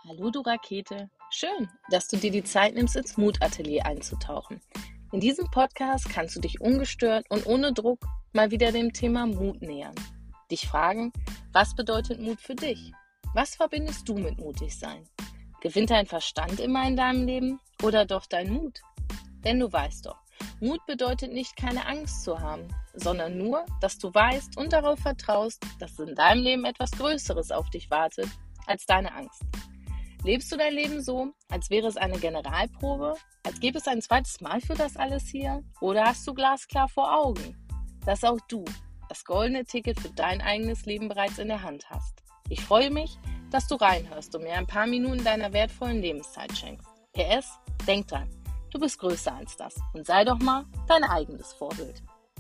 Hallo du Rakete, schön, dass du dir die Zeit nimmst, ins Mutatelier einzutauchen. In diesem Podcast kannst du dich ungestört und ohne Druck mal wieder dem Thema Mut nähern. Dich fragen, was bedeutet Mut für dich? Was verbindest du mit mutig sein? Gewinnt dein Verstand immer in deinem Leben oder doch dein Mut? Denn du weißt doch, Mut bedeutet nicht, keine Angst zu haben, sondern nur, dass du weißt und darauf vertraust, dass in deinem Leben etwas Größeres auf dich wartet als deine Angst. Lebst du dein Leben so, als wäre es eine Generalprobe? Als gäbe es ein zweites Mal für das alles hier? Oder hast du glasklar vor Augen, dass auch du das goldene Ticket für dein eigenes Leben bereits in der Hand hast? Ich freue mich, dass du reinhörst und mir ein paar Minuten deiner wertvollen Lebenszeit schenkst. PS, denk dran, du bist größer als das und sei doch mal dein eigenes Vorbild.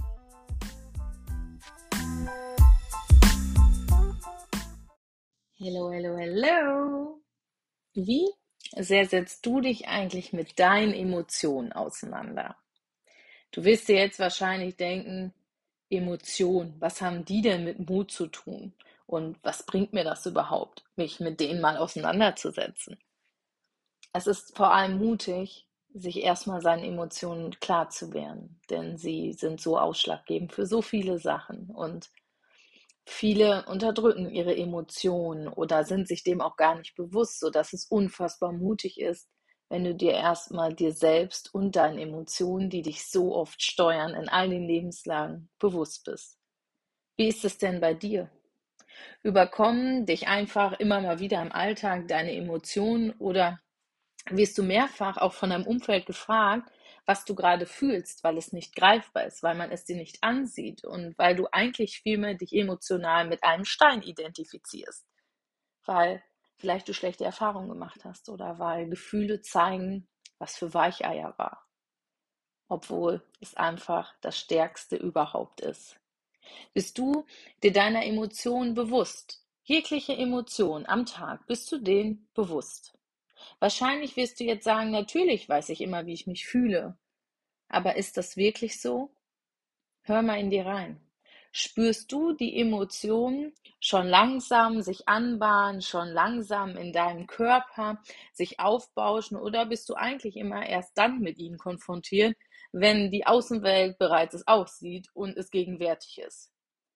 Hello, hello, hello! Wie sehr setzt du dich eigentlich mit deinen Emotionen auseinander? Du wirst dir jetzt wahrscheinlich denken, Emotionen, was haben die denn mit Mut zu tun? Und was bringt mir das überhaupt, mich mit denen mal auseinanderzusetzen? Es ist vor allem mutig, sich erstmal seinen Emotionen klar zu werden, denn sie sind so ausschlaggebend für so viele Sachen und viele unterdrücken ihre Emotionen oder sind sich dem auch gar nicht bewusst, sodass es unfassbar mutig ist, wenn du dir erstmal dir selbst und deinen Emotionen, die dich so oft steuern, in all den Lebenslagen bewusst bist. Wie ist es denn bei dir? Überkommen dich einfach immer mal wieder im Alltag deine Emotionen oder wirst du mehrfach auch von deinem Umfeld gefragt, was du gerade fühlst, weil es nicht greifbar ist, weil man es dir nicht ansieht und weil du eigentlich vielmehr dich emotional mit einem Stein identifizierst, weil vielleicht du schlechte Erfahrungen gemacht hast oder weil Gefühle zeigen, was für Weicheier war, obwohl es einfach das Stärkste überhaupt ist. Bist du dir deiner Emotionen bewusst? Jegliche Emotion am Tag, bist du denen bewusst? Wahrscheinlich wirst du jetzt sagen, natürlich weiß ich immer, wie ich mich fühle. Aber ist das wirklich so? Hör mal in dir rein. Spürst du die Emotionen schon langsam sich anbahnen, schon langsam in deinem Körper sich aufbauschen oder bist du eigentlich immer erst dann mit ihnen konfrontiert, wenn die Außenwelt bereits es aussieht und es gegenwärtig ist?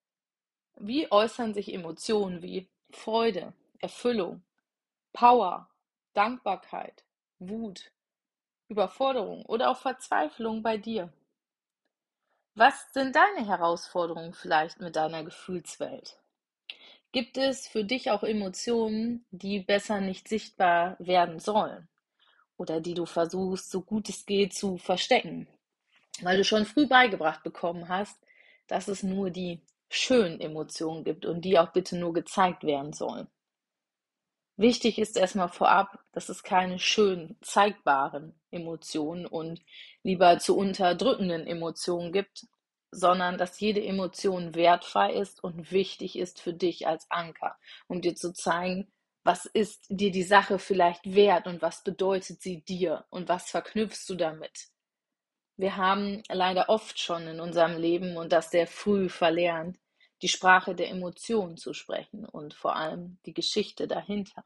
Wie äußern sich Emotionen wie Freude, Erfüllung, Power, Dankbarkeit, Wut, Überforderung oder auch Verzweiflung bei dir? Was sind deine Herausforderungen vielleicht mit deiner Gefühlswelt? Gibt es für dich auch Emotionen, die besser nicht sichtbar werden sollen oder die du versuchst, so gut es geht, zu verstecken, weil du schon früh beigebracht bekommen hast, dass es nur die schönen Emotionen gibt und die auch bitte nur gezeigt werden sollen? Wichtig ist erstmal vorab, dass es keine schön zeigbaren Emotionen und lieber zu unterdrückenden Emotionen gibt, sondern dass jede Emotion wertfrei ist und wichtig ist für dich als Anker, um dir zu zeigen, was ist dir die Sache vielleicht wert und was bedeutet sie dir und was verknüpfst du damit. Wir haben leider oft schon in unserem Leben und das sehr früh verlernt, die Sprache der Emotionen zu sprechen und vor allem die Geschichte dahinter.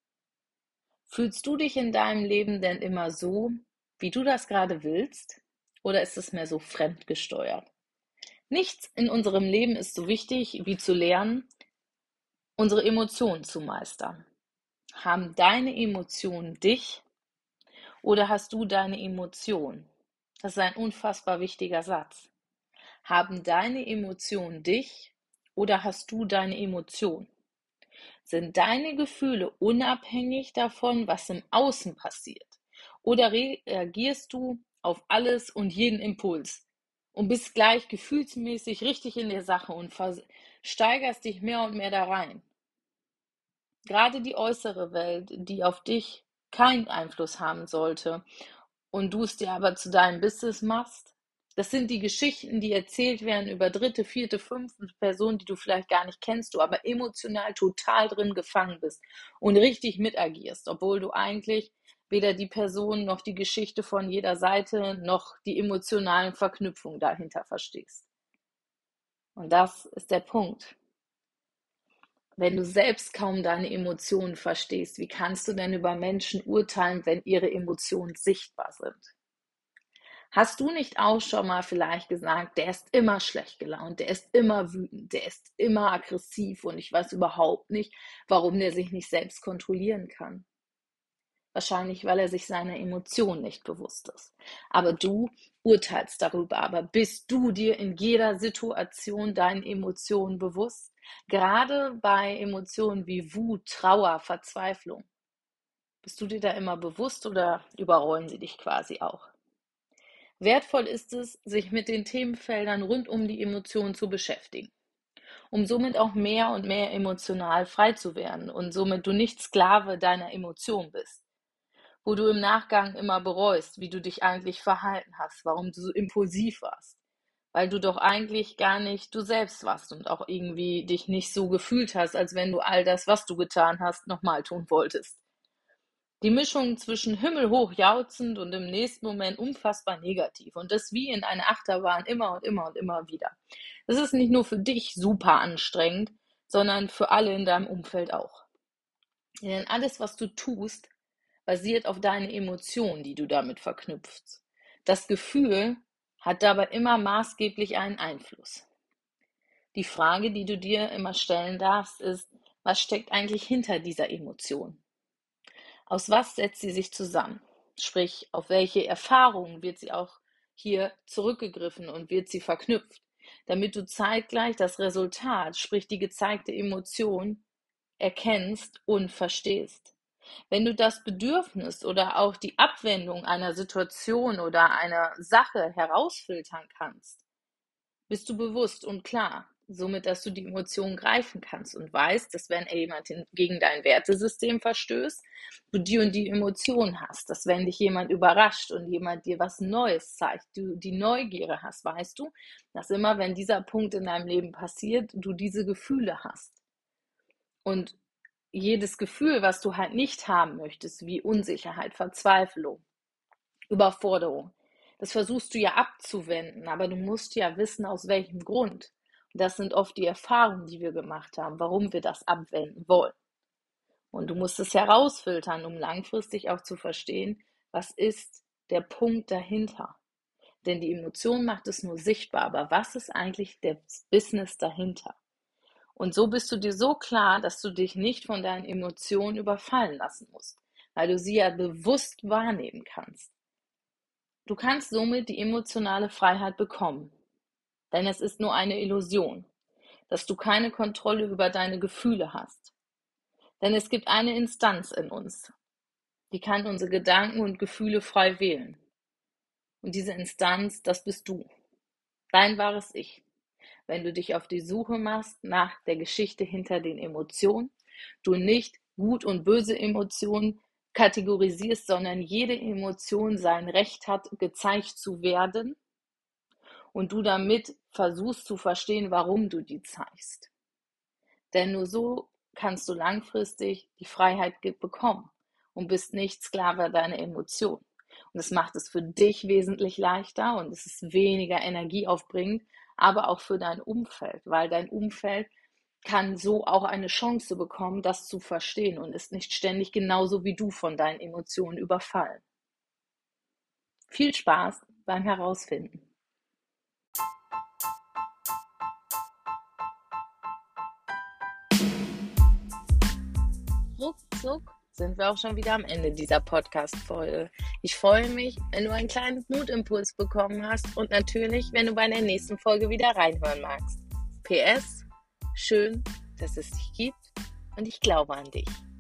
Fühlst du dich in deinem Leben denn immer so, wie du das gerade willst? Oder ist es mehr so fremdgesteuert? Nichts in unserem Leben ist so wichtig, wie zu lernen, unsere Emotionen zu meistern. Haben deine Emotionen dich oder hast du deine Emotionen? Das ist ein unfassbar wichtiger Satz. Haben deine Emotionen dich oder hast du deine Emotionen? Sind deine Gefühle unabhängig davon, was im Außen passiert? Oder reagierst du auf alles und jeden Impuls und bist gleich gefühlsmäßig richtig in der Sache und steigerst dich mehr und mehr da rein? Gerade die äußere Welt, die auf dich keinen Einfluss haben sollte und du es dir aber zu deinem Business machst, das sind die Geschichten, die erzählt werden über dritte, vierte, fünfte Personen, die du vielleicht gar nicht kennst, du aber emotional total drin gefangen bist und richtig mitagierst, obwohl du eigentlich weder die Person noch die Geschichte von jeder Seite noch die emotionalen Verknüpfungen dahinter verstehst. Und das ist der Punkt. Wenn du selbst kaum deine Emotionen verstehst, wie kannst du denn über Menschen urteilen, wenn ihre Emotionen sichtbar sind? Hast du nicht auch schon mal vielleicht gesagt, der ist immer schlecht gelaunt, der ist immer wütend, der ist immer aggressiv und ich weiß überhaupt nicht, warum der sich nicht selbst kontrollieren kann? Wahrscheinlich, weil er sich seiner Emotionen nicht bewusst ist. Aber du urteilst darüber. Aber bist du dir in jeder Situation deinen Emotionen bewusst? Gerade bei Emotionen wie Wut, Trauer, Verzweiflung. Bist du dir da immer bewusst oder überrollen sie dich quasi auch? Wertvoll ist es, sich mit den Themenfeldern rund um die Emotionen zu beschäftigen, um somit auch mehr und mehr emotional frei zu werden und somit du nicht Sklave deiner Emotionen bist, wo du im Nachgang immer bereust, wie du dich eigentlich verhalten hast, warum du so impulsiv warst, weil du doch eigentlich gar nicht du selbst warst und auch irgendwie dich nicht so gefühlt hast, als wenn du all das, was du getan hast, nochmal tun wolltest. Die Mischung zwischen himmelhoch jauchzend und im nächsten Moment unfassbar negativ und das wie in einer Achterbahn immer und immer und immer wieder. Das ist nicht nur für dich super anstrengend, sondern für alle in deinem Umfeld auch. Denn alles, was du tust, basiert auf deinen Emotionen, die du damit verknüpfst. Das Gefühl hat dabei immer maßgeblich einen Einfluss. Die Frage, die du dir immer stellen darfst, ist, was steckt eigentlich hinter dieser Emotion? Aus was setzt sie sich zusammen? Sprich, auf welche Erfahrungen wird sie auch hier zurückgegriffen und wird sie verknüpft, damit du zeitgleich das Resultat, sprich die gezeigte Emotion, erkennst und verstehst. Wenn du das Bedürfnis oder auch die Abwendung einer Situation oder einer Sache herausfiltern kannst, bist du bewusst und klar, somit, dass du die Emotionen greifen kannst und weißt, dass wenn jemand gegen dein Wertesystem verstößt, du die und die Emotionen hast, dass wenn dich jemand überrascht und jemand dir was Neues zeigt, du die Neugierde hast, weißt du, dass immer, wenn dieser Punkt in deinem Leben passiert, du diese Gefühle hast. Und jedes Gefühl, was du halt nicht haben möchtest, wie Unsicherheit, Verzweiflung, Überforderung, das versuchst du ja abzuwenden, aber du musst ja wissen, aus welchem Grund. Und das sind oft die Erfahrungen, die wir gemacht haben, warum wir das abwenden wollen. Und du musst es herausfiltern, um langfristig auch zu verstehen, was ist der Punkt dahinter. Denn die Emotion macht es nur sichtbar, aber was ist eigentlich das Business dahinter? Und so bist du dir so klar, dass du dich nicht von deinen Emotionen überfallen lassen musst, weil du sie ja bewusst wahrnehmen kannst. Du kannst somit die emotionale Freiheit bekommen, denn es ist nur eine Illusion, dass du keine Kontrolle über deine Gefühle hast. Denn es gibt eine Instanz in uns, die kann unsere Gedanken und Gefühle frei wählen. Und diese Instanz, das bist du, dein wahres Ich. Wenn du dich auf die Suche machst nach der Geschichte hinter den Emotionen, du nicht gut und böse Emotionen kategorisierst, sondern jede Emotion sein Recht hat, gezeigt zu werden und du damit versuchst zu verstehen, warum du die zeigst. Denn nur so kannst du langfristig die Freiheit bekommen und bist nicht Sklave deiner Emotionen. Und es macht es für dich wesentlich leichter und es ist weniger energieaufbringend, aber auch für dein Umfeld, weil dein Umfeld kann so auch eine Chance bekommen, das zu verstehen und ist nicht ständig genauso wie du von deinen Emotionen überfallen. Viel Spaß beim Herausfinden. Ruckzuck sind wir auch schon wieder am Ende dieser Podcast-Folge. Ich freue mich, wenn du einen kleinen Mutimpuls bekommen hast und natürlich, wenn du bei der nächsten Folge wieder reinhören magst. PS, schön, dass es dich gibt und ich glaube an dich.